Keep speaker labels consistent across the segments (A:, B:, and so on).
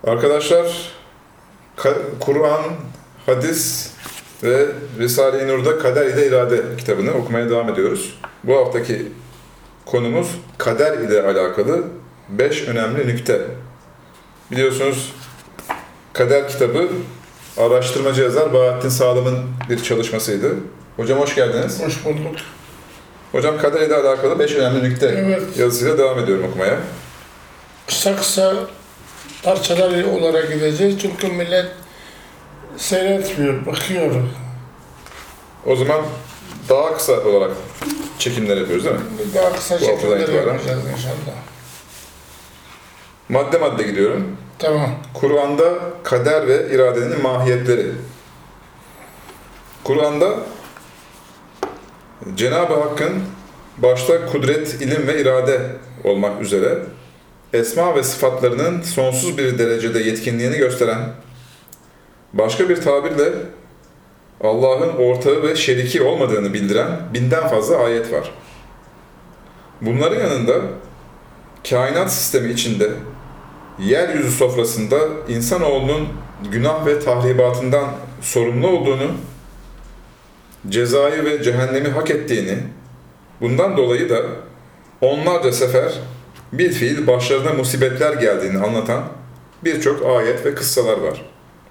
A: Arkadaşlar, Kur'an, hadis ve Risale-i Nur'da Kader ile İrade kitabını okumaya devam ediyoruz. Bu haftaki konumuz kader ile alakalı 5 önemli nükte. Biliyorsunuz Kader kitabı araştırmacı yazar Bahattin Sağlam'ın bir çalışmasıydı. Hocam hoş geldiniz.
B: Hoş bulduk.
A: Hocam kader ile alakalı 5 önemli nükte yazısıyla devam ediyorum okumaya.
B: Kısa kısa parçalar olarak gideceğiz çünkü millet seyretmiyor, bakıyor.
A: O zaman daha kısa olarak çekimler yapıyoruz değil mi?
B: Daha kısa
A: Bu haftadan
B: şekilde
A: itibaren.
B: yapacağız inşallah.
A: Madde madde gidiyorum.
B: Tamam.
A: Kur'an'da kader ve iradenin mahiyetleri. Kur'an'da Cenab-ı Hakk'ın başta kudret, ilim ve irade olmak üzere esma ve sıfatlarının sonsuz bir derecede yetkinliğini gösteren, başka bir tabirle Allah'ın ortağı ve şeriki olmadığını bildiren 1000'den fazla ayet var. Bunların yanında kainat sistemi içinde yeryüzü sofrasında insanoğlunun günah ve tahribatından sorumlu olduğunu, cezayı ve cehennemi hak ettiğini, bundan dolayı da onlarca sefer bilfiil başlarına musibetler geldiğini anlatan birçok ayet ve kıssalar var.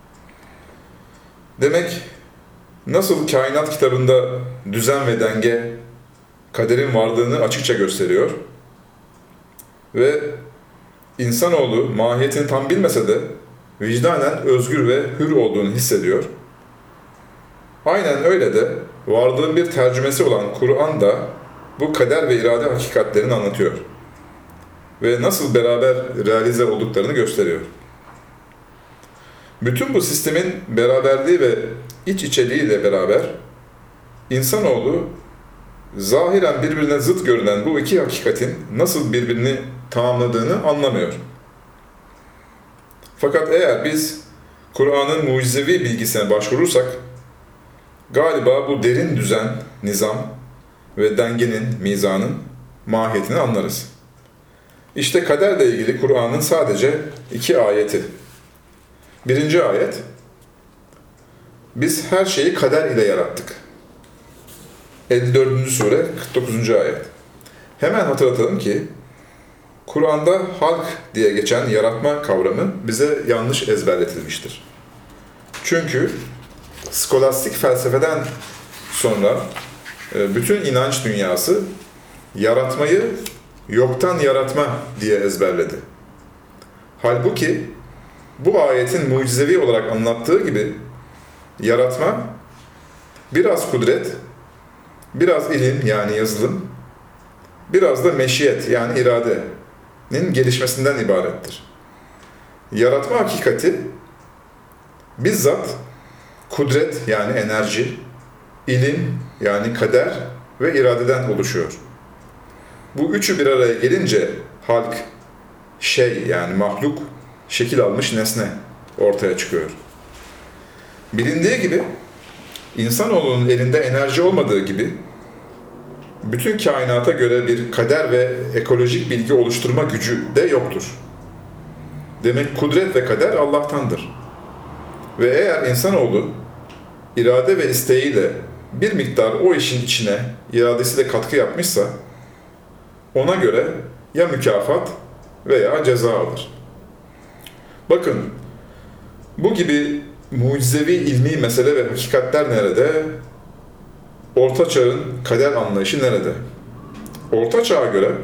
A: Demek nasıl kainat kitabında düzen ve denge kaderin varlığını açıkça gösteriyor ve insanoğlu mahiyetini tam bilmese de vicdanen özgür ve hür olduğunu hissediyor. Aynen öyle de varlığın bir tercümesi olan Kur'an da bu kader ve irade hakikatlerini anlatıyor ve nasıl beraber realize olduklarını gösteriyor. Bütün bu sistemin beraberliği ve iç içeliğiyle beraber insanoğlu zahiren birbirine zıt görünen bu iki hakikatin nasıl birbirini tamamladığını anlamıyor. Fakat eğer biz Kur'an'ın mucizevi bilgisine başvurursak, galiba bu derin düzen, nizam ve dengenin, mizanın mahiyetini anlarız. İşte kaderle ilgili Kur'an'ın sadece 2 ayeti. 1. ayet, biz her şeyi kader ile yarattık. 54. sure 49. ayet. Hemen hatırlatalım ki, Kur'an'da halk diye geçen yaratma kavramı bize yanlış ezberletilmiştir. Çünkü skolastik felsefeden sonra bütün inanç dünyası yaratmayı yoktan yaratma diye ezberledi. Halbuki bu ayetin mucizevi olarak anlattığı gibi yaratma biraz kudret, biraz ilim yani yazılım, biraz da meşiyet yani iradenin gelişmesinden ibarettir. Yaratma hakikati bizzat kudret yani enerji, ilim yani kader ve iradeden oluşuyor. Bu üçü bir araya gelince halk, şey yani mahluk, şekil almış nesne ortaya çıkıyor. Bilindiği gibi insanoğlunun elinde enerji olmadığı gibi bütün kainata göre bir kader ve ekolojik bilgi oluşturma gücü de yoktur. Demek kudret ve kader Allah'tandır. Ve eğer insanoğlu irade ve isteğiyle bir miktar o işin içine iradesiyle katkı yapmışsa ona göre ya mükafat veya ceza alır. Bakın, bu gibi mucizevi ilmi mesele ve hakikatler nerede? Orta Çağ'ın kader anlayışı nerede? Orta Çağ'a göre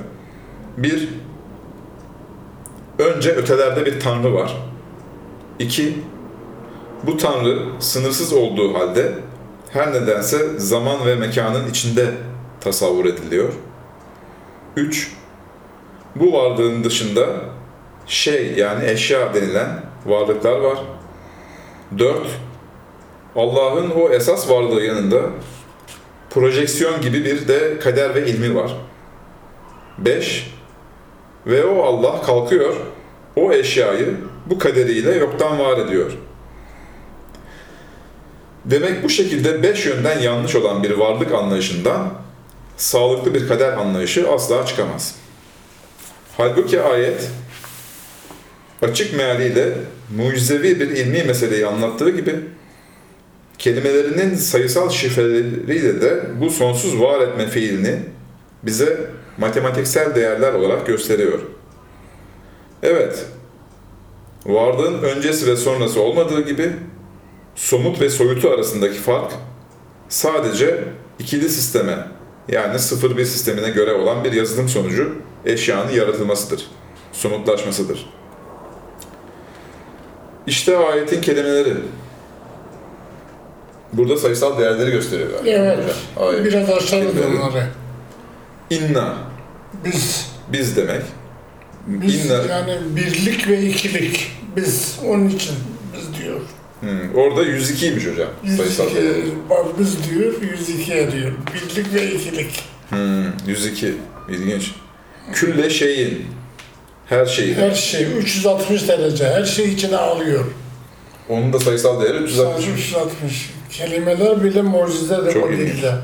A: önce ötelerde bir tanrı var. 2. Bu tanrı sınırsız olduğu halde her nedense zaman ve mekanın içinde tasavvur ediliyor. 3. Bu varlığın dışında şey yani eşya denilen varlıklar var. 4. Allah'ın o esas varlığı yanında projeksiyon gibi bir de kader ve ilmi var. 5. Ve o Allah kalkıyor, o eşyayı bu kaderiyle yoktan var ediyor. Demek bu şekilde 5 yönden yanlış olan bir varlık anlayışından sağlıklı bir kader anlayışı asla çıkamaz. Halbuki ayet açık mealiyle mucizevi bir ilmi meseleyi anlattığı gibi kelimelerinin sayısal şifreleriyle de bu sonsuz var etme fiilini bize matematiksel değerler olarak gösteriyor. Evet, varlığın öncesi ve sonrası olmadığı gibi somut ve soyutu arasındaki fark sadece ikili sisteme, yani 0-1 sistemine göre olan bir yazılım sonucu eşyanın yaratılmasıdır, somutlaşmasıdır. İşte ayetin kelimeleri. Burada sayısal değerleri gösteriyorlar.
B: Evet,
A: Ayet.
B: biraz aşağıda
A: Kelimeleri.
B: onları.
A: İnna, biz demek.
B: Biz
A: İnna.
B: yani birlik ve ikilik. Biz, onun için biz diyor.
A: Orada 102'ymiş hocam. Sayısal
B: 102,
A: değerleri.
B: bak biz diyor, 102'ye diyor. Birlik ve ikilik.
A: 102. İlginç. Külle şeyin. Her şeyin.
B: Her şey 360 derece, her şey içine alıyor.
A: Onun da sayısal değeri 360.
B: 360. Kelimeler bile mucize de
A: Çok
B: o
A: ilginç.
B: dilde.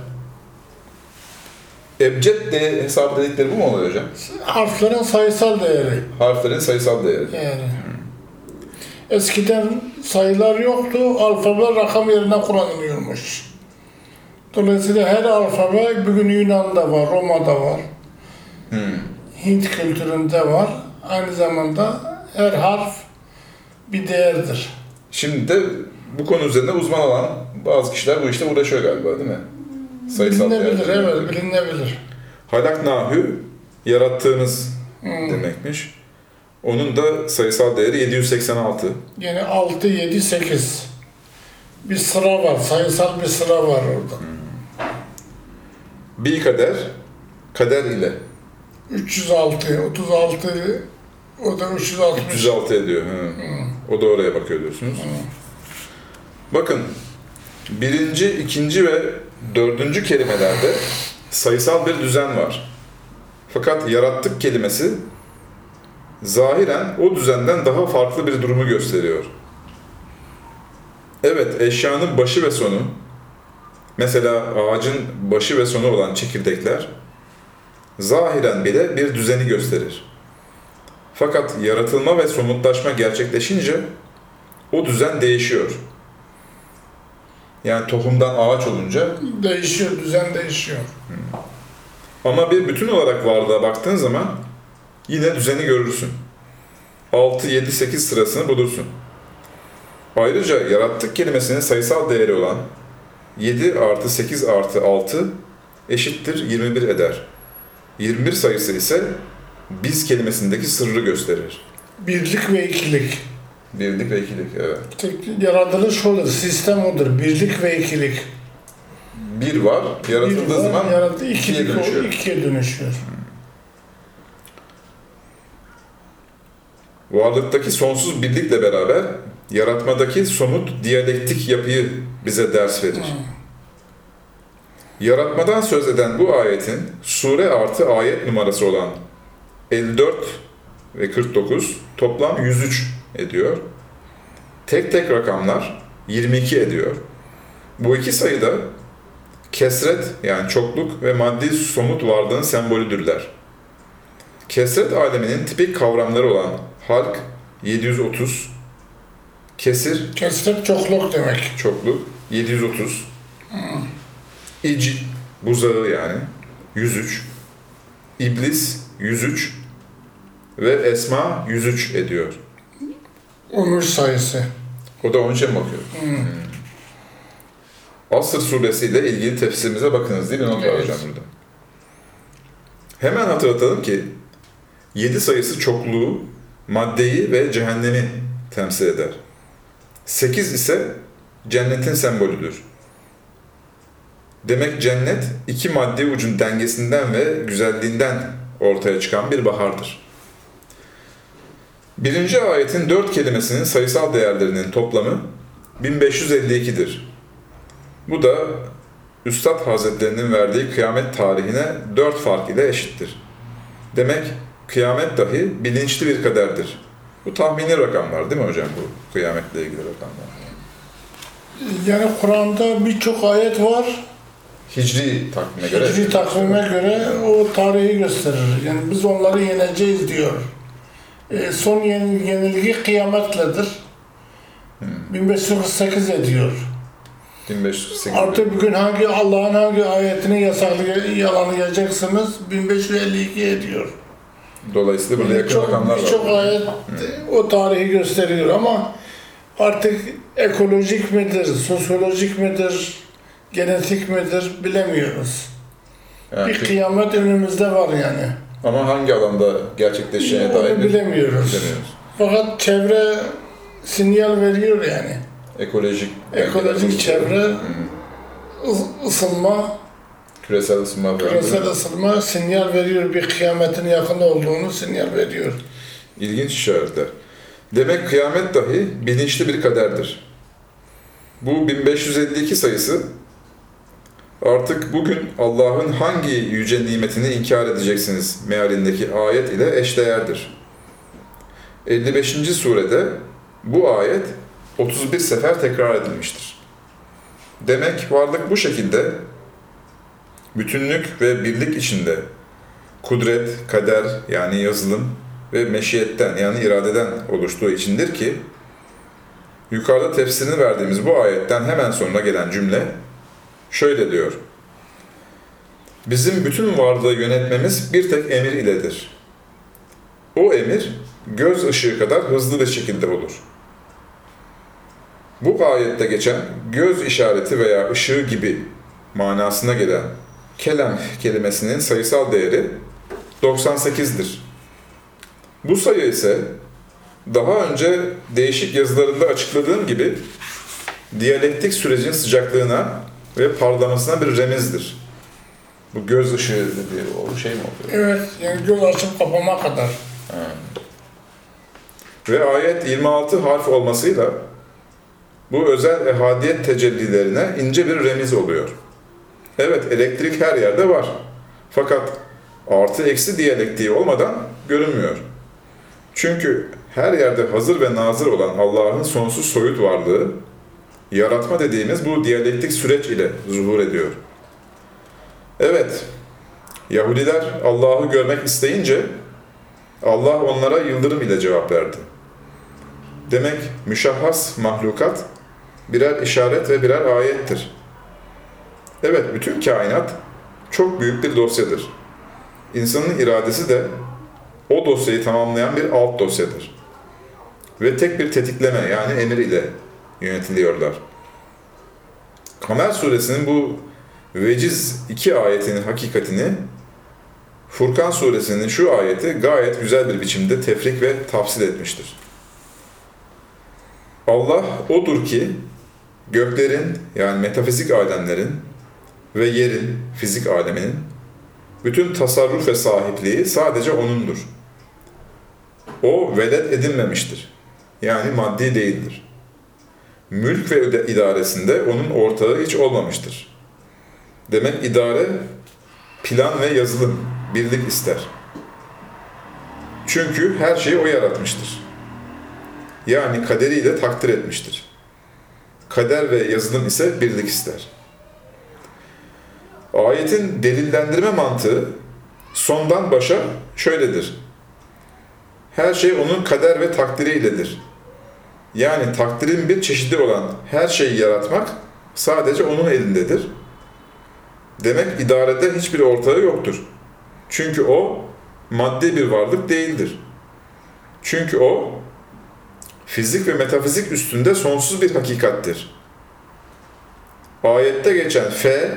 A: Ebced de hesabı dedikleri bu mu oluyor hocam?
B: Harflerin sayısal değeri.
A: Harflerin sayısal değeri.
B: Yani. Eskiden sayılar yoktu, alfabe rakam yerine kullanılıyormuş. Dolayısıyla her alfabe bugün Yunan'da var, Roma'da var. Hint kültüründe var. Aynı zamanda her harf bir değerdir.
A: Şimdi de bu konu üzerinde uzman olan bazı kişiler bu işte uğraşıyor galiba, değil mi? Sayısal
B: Bilinebilir,
A: değerler.
B: evet, bilinebilir.
A: Halaknahü, yarattığımız demekmiş. Onun da sayısal değeri 786.
B: Yani 6, 7, 8. Bir sıra var, sayısal bir sıra var orada.
A: Bir kader, kader ile
B: 306, 36, o da 360.
A: 306 ediyor. O da oraya bakıyor diyorsunuz. Bakın, birinci, ikinci ve dördüncü kelimelerde sayısal bir düzen var. Fakat yarattık kelimesi zahiren o düzenden daha farklı bir durumu gösteriyor. Evet, eşyanın başı ve sonu, mesela ağacın başı ve sonu olan çekirdekler, zahiren bile bir düzeni gösterir. Fakat yaratılma ve somutlaşma gerçekleşince o düzen değişiyor. Yani tohumdan ağaç olunca.
B: Değişiyor, düzen değişiyor.
A: Ama bir bütün olarak varlığa baktığın zaman yine düzeni görürsün. 6, 7, 8 sırasını bulursun. Ayrıca yarattık kelimesinin sayısal değeri olan 7 artı 8 artı 6 eşittir 21 eder. 21 sayısı ise biz kelimesindeki sırrı gösterir.
B: Birlik ve ikilik.
A: Birlik ve ikilik, evet.
B: Yaratılış odur, sistem odur. Birlik ve ikilik.
A: Bir var, yaratıldığı zaman ikiye dönüşüyor.
B: İkiye dönüşüyor.
A: Varlıktaki sonsuz birlikle beraber yaratmadaki somut diyalektik yapıyı bize ders verir. Yaratmadan söz eden bu ayetin sure artı ayet numarası olan 54 ve 49 toplam 103 ediyor. Tek tek rakamlar 22 ediyor. Bu iki sayıda kesret, yani çokluk ve maddi somut varlığın sembolüdürler. Kesret aleminin tipik kavramları olan halk 730,
B: Kesret çokluk demek.
A: çokluk 730, İc, buzağı yani 103, iblis 103 ve esma 103 ediyor.
B: 13 sayısı.
A: O da 13'e mi bakıyor? Asr suresiyle ilgili tefsirimize bakınız değil mi? Not
B: Evet.
A: alacağım burada. Hemen hatırlatalım ki 7 sayısı çokluğu, maddeyi ve cehennemi temsil eder. 8 ise cennetin sembolüdür. Demek cennet iki maddi ucun dengesinden ve güzelliğinden ortaya çıkan bir bahardır. Birinci ayetin 4 kelimesinin sayısal değerlerinin toplamı 1552'dir. Bu da Üstad Hazretlerinin verdiği kıyamet tarihine 4 fark ile eşittir. Demek kıyamet dahi bilinçli bir kaderdir. Bu tahmini rakamlar değil mi hocam, bu kıyametle ilgili rakamlar?
B: Yani Kur'an'da birçok ayet var.
A: Hicri takvime göre.
B: Hicri takvime göre o tarihi gösterir. Yani biz onları yeneceğiz diyor. Son yenilgi kıyametledir. 1548 ediyor.
A: 1508.
B: Artık bugün Allah'ın hangi ayetini yalanayacaksınız 1552 ediyor.
A: Dolayısıyla burada yakın rakamlar var.
B: Birçok ayet o tarihi gösteriyor ama artık ekolojik midir, sosyolojik midir, genetik midir bilemiyoruz.
A: Yani
B: Bir kıyamet önümüzde var yani.
A: ama hangi alanda gerçekleşeceğine dair
B: bilemiyoruz. Fakat çevre sinyal veriyor yani.
A: Ekolojik
B: Çevre, ısınma,
A: küresel ısınma
B: sinyal veriyor. Bir kıyametin yakın olduğunu sinyal veriyor.
A: İlginç işaretler. Demek kıyamet dahi bilinçli bir kaderdir. Bu 1552 sayısı artık bugün Allah'ın hangi yüce nimetini inkar edeceksiniz mealindeki ayet ile eşdeğerdir. 55. surede bu ayet 31 sefer tekrar edilmiştir. Demek varlık bu şekilde bütünlük ve birlik içinde kudret, kader yani yazılım ve meşiyetten yani iradeden oluştuğu içindir ki yukarıda tefsirini verdiğimiz bu ayetten hemen sonra gelen cümle şöyle diyor. Bizim bütün varlığı yönetmemiz bir tek emir iledir. O emir göz ışığı kadar hızlı bir şekilde olur. Bu ayette geçen göz işareti veya ışığı gibi manasına gelen kelam kelimesinin sayısal değeri 98'dir. Bu sayı ise daha önce değişik yazılarında açıkladığım gibi diyalektik sürecin sıcaklığına ve parlamasına bir remizdir. Bu göz ışığı dediği o şey mi oluyor?
B: Evet, yani göz açıp kapama kadar.
A: Ve ayet 26 harf olmasıyla bu özel ehadiyet tecellilerine ince bir remiz oluyor. Evet, elektrik her yerde var. Fakat artı eksi diyalektiği olmadan görünmüyor. Çünkü her yerde hazır ve nazır olan Allah'ın sonsuz soyut varlığı, yaratma dediğimiz bu diyalektik süreç ile zuhur ediyor. Evet, Yahudiler Allah'ı görmek isteyince Allah onlara yıldırım ile cevap verdi. Demek müşahhas mahlukat birer işaret ve birer ayettir. Evet, bütün kainat çok büyük bir dosyadır. İnsanın iradesi de o dosyayı tamamlayan bir alt dosyadır. Ve tek bir tetikleme yani emir ile yönetiliyorlar. Kamer suresinin bu veciz 2 ayetinin hakikatini Furkan suresinin şu ayeti gayet güzel bir biçimde tefrik ve tafsil etmiştir. Allah odur ki göklerin yani metafizik alemlerin ve yerin fizik aleminin bütün tasarruf ve sahipliği sadece O'nundur. O veled edinmemiştir. Yani maddi değildir. Mülk ve idaresinde O'nun ortağı hiç olmamıştır. Demek idare, plan ve yazılım, birlik ister. Çünkü her şeyi O yaratmıştır. Yani kaderiyle takdir etmiştir. Kader ve yazılım ise birlik ister. Ayetin delillendirme mantığı sondan başa şöyledir. Her şey onun kader ve takdiriyledir. Yani takdirin bir çeşidi olan her şeyi yaratmak sadece onun elindedir. Demek idarede hiçbir ortağı yoktur. Çünkü O maddi bir varlık değildir. Çünkü O fizik ve metafizik üstünde sonsuz bir hakikattir. Ayette geçen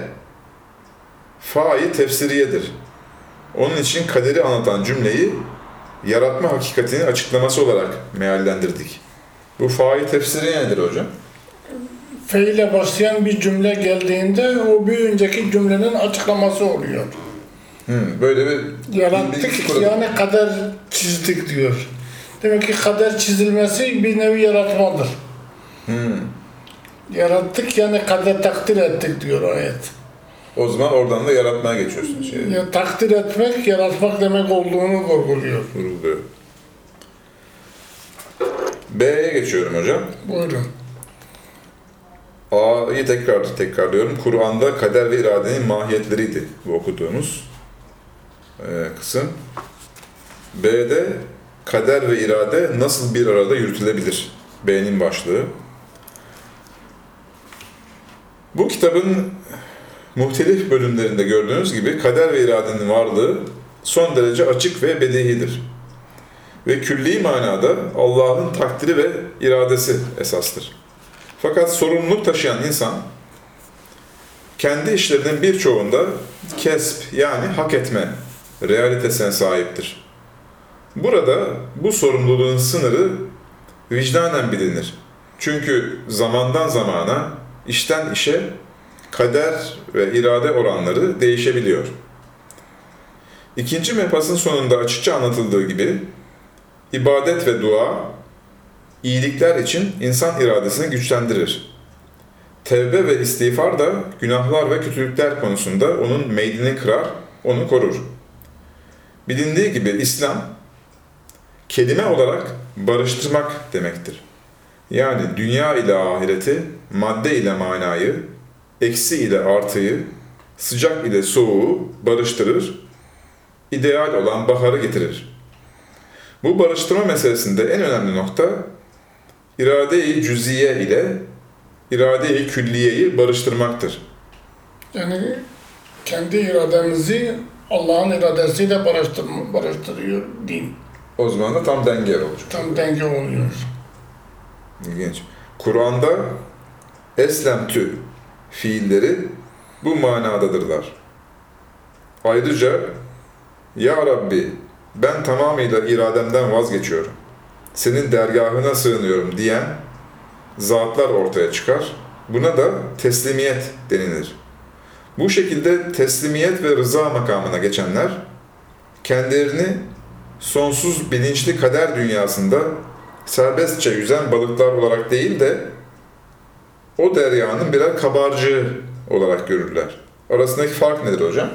A: fa-i tefsiriyedir. Onun için kaderi anlatan cümleyi yaratma hakikatini açıklaması olarak meallendirdik. Bu fa-i tefsiriye nedir hocam?
B: Fe ile başlayan bir cümle geldiğinde o bir önceki cümlenin açıklaması oluyor.
A: Böyle bir
B: yarattık yani kader çizdik diyor. Demek ki kader çizilmesi bir nevi yaratmadır. Yarattık yani kader takdir ettik diyor ayet.
A: O zaman oradan da yaratmaya geçiyorsun.
B: Ya, takdir etmek, yaratmak demek olduğunu vurguluyor.
A: B'ye geçiyorum hocam.
B: Buyurun.
A: A'yı tekrarlıyorum. Kur'an'da kader ve iradenin mahiyetleriydi bu okuduğumuz kısım. B'de kader ve irade nasıl bir arada yürütülebilir? B'nin başlığı. Bu kitabın muhtelif bölümlerinde gördüğünüz gibi kader ve iradenin varlığı son derece açık ve bedihidir. Ve külli manada Allah'ın takdiri ve iradesi esastır. Fakat sorumluluk taşıyan insan, kendi işlerinin birçoğunda kesp yani hak etme realitesine sahiptir. Burada bu sorumluluğun sınırı vicdanen bilinir. Çünkü zamandan zamana, işten işe kader ve irade oranları değişebiliyor. İkinci mebhasın sonunda açıkça anlatıldığı gibi, ibadet ve dua, iyilikler için insan iradesini güçlendirir. Tevbe ve istiğfar da günahlar ve kötülükler konusunda onun meydini kırar, onu korur. Bilindiği gibi İslam, kelime olarak barıştırmak demektir. Yani dünya ile ahireti, madde ile manayı, eksi ile artıyı, sıcak ile soğuğu barıştırır, ideal olan baharı getirir. Bu barıştırma meselesinde en önemli nokta, irade-i cüziye ile irade-i külliyeyi barıştırmaktır.
B: Yani kendi irademizi Allah'ın iradesiyle barıştırıyor din.
A: O zaman da tam denge olacak.
B: Tam denge oluyor.
A: İlginç. Kur'an'da eslemtü fiilleri bu manadadırlar. Ayrıca Ya Rabbi ben tamamıyla irademden vazgeçiyorum, senin dergahına sığınıyorum diyen zatlar ortaya çıkar. Buna da teslimiyet denilir. Bu şekilde teslimiyet ve rıza makamına geçenler, kendilerini sonsuz bilinçli kader dünyasında serbestçe yüzen balıklar olarak değil de o deryanın birer kabarcığı olarak görürler. Arasındaki fark nedir hocam?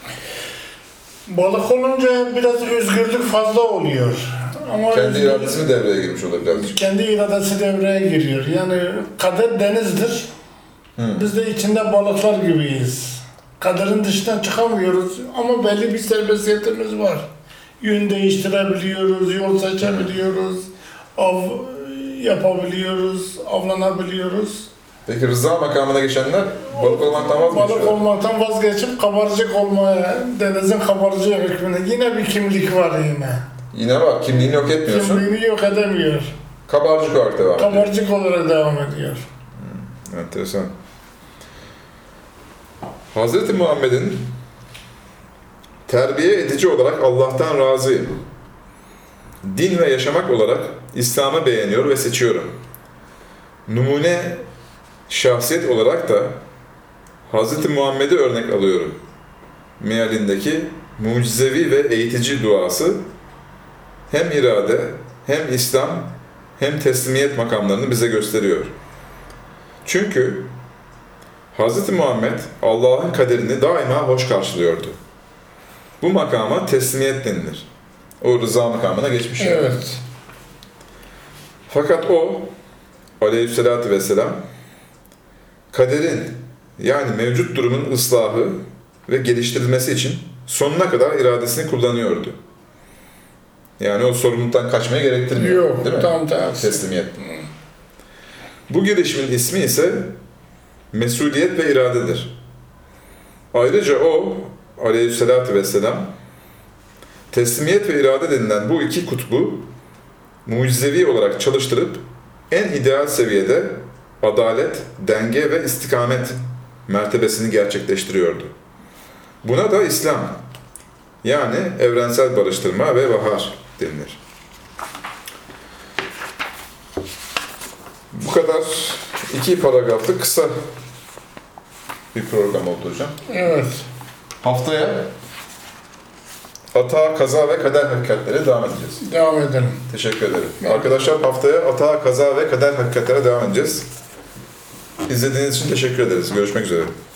B: Balık olunca biraz özgürlük fazla oluyor. Ama
A: Kendi iradesi mi devreye girmiş olur birazcık?
B: kendi iradesi devreye giriyor. Yani kader denizdir. Biz de içinde balıklar gibiyiz. Kaderin dışından çıkamıyoruz ama belli bir serbestiyetimiz var. Yön değiştirebiliyoruz, yol seçebiliyoruz, av yapabiliyoruz, avlanabiliyoruz.
A: Peki rıza makamına geçenler balık olmaktan vazgeçiyor.
B: Balık olmaktan vazgeçip kabarcık olmaya, denizin kabarcığı hükmüne yine bir kimlik var yine.
A: Yine var, kimliğini yok etmiyorsun.
B: Kimliğini yok edemiyor.
A: Kabarcık olarak devam ediyor.
B: Kabarcık olarak devam ediyor.
A: Enteresan. Hz. Muhammed'in terbiye edici olarak Allah'tan razıyım. Din ve yaşamak olarak İslam'ı beğeniyor ve seçiyorum. Numune şahsiyet olarak da Hz. Muhammed'i örnek alıyorum. Mealindeki mucizevi ve eğitici duası hem irade, hem İslam, hem teslimiyet makamlarını bize gösteriyor. Çünkü Hz. Muhammed Allah'ın kaderini daima hoş karşılıyordu. Bu makama teslimiyet denilir. O rıza makamına geçmiş.
B: Evet.
A: Fakat o aleyhissalatü vesselam kaderin yani mevcut durumun ıslahı ve geliştirilmesi için sonuna kadar iradesini kullanıyordu. Yani o sorumluluktan kaçmaya gerektirmiyor.
B: Yok,
A: değil mi?
B: tam tersi.
A: Teslimiyet. Bu girişimin ismi ise mesuliyet ve iradedir. Ayrıca o aleyhissalatü vesselam teslimiyet ve irade denilen bu iki kutbu mucizevi olarak çalıştırıp en ideal seviyede adalet, denge ve istikamet mertebesini gerçekleştiriyordu. Buna da İslam yani evrensel barıştırma ve bahar denilir. Bu kadar 2 paragraflı kısa bir program oldu hocam.
B: Evet.
A: Haftaya Ata, kaza ve kader hakikatlere devam edeceğiz.
B: Devam edelim.
A: Teşekkür ederim. Arkadaşlar haftaya Ata, kaza ve kader hakikatlere devam edeceğiz. İzlediğiniz için teşekkür ederiz. Görüşmek üzere.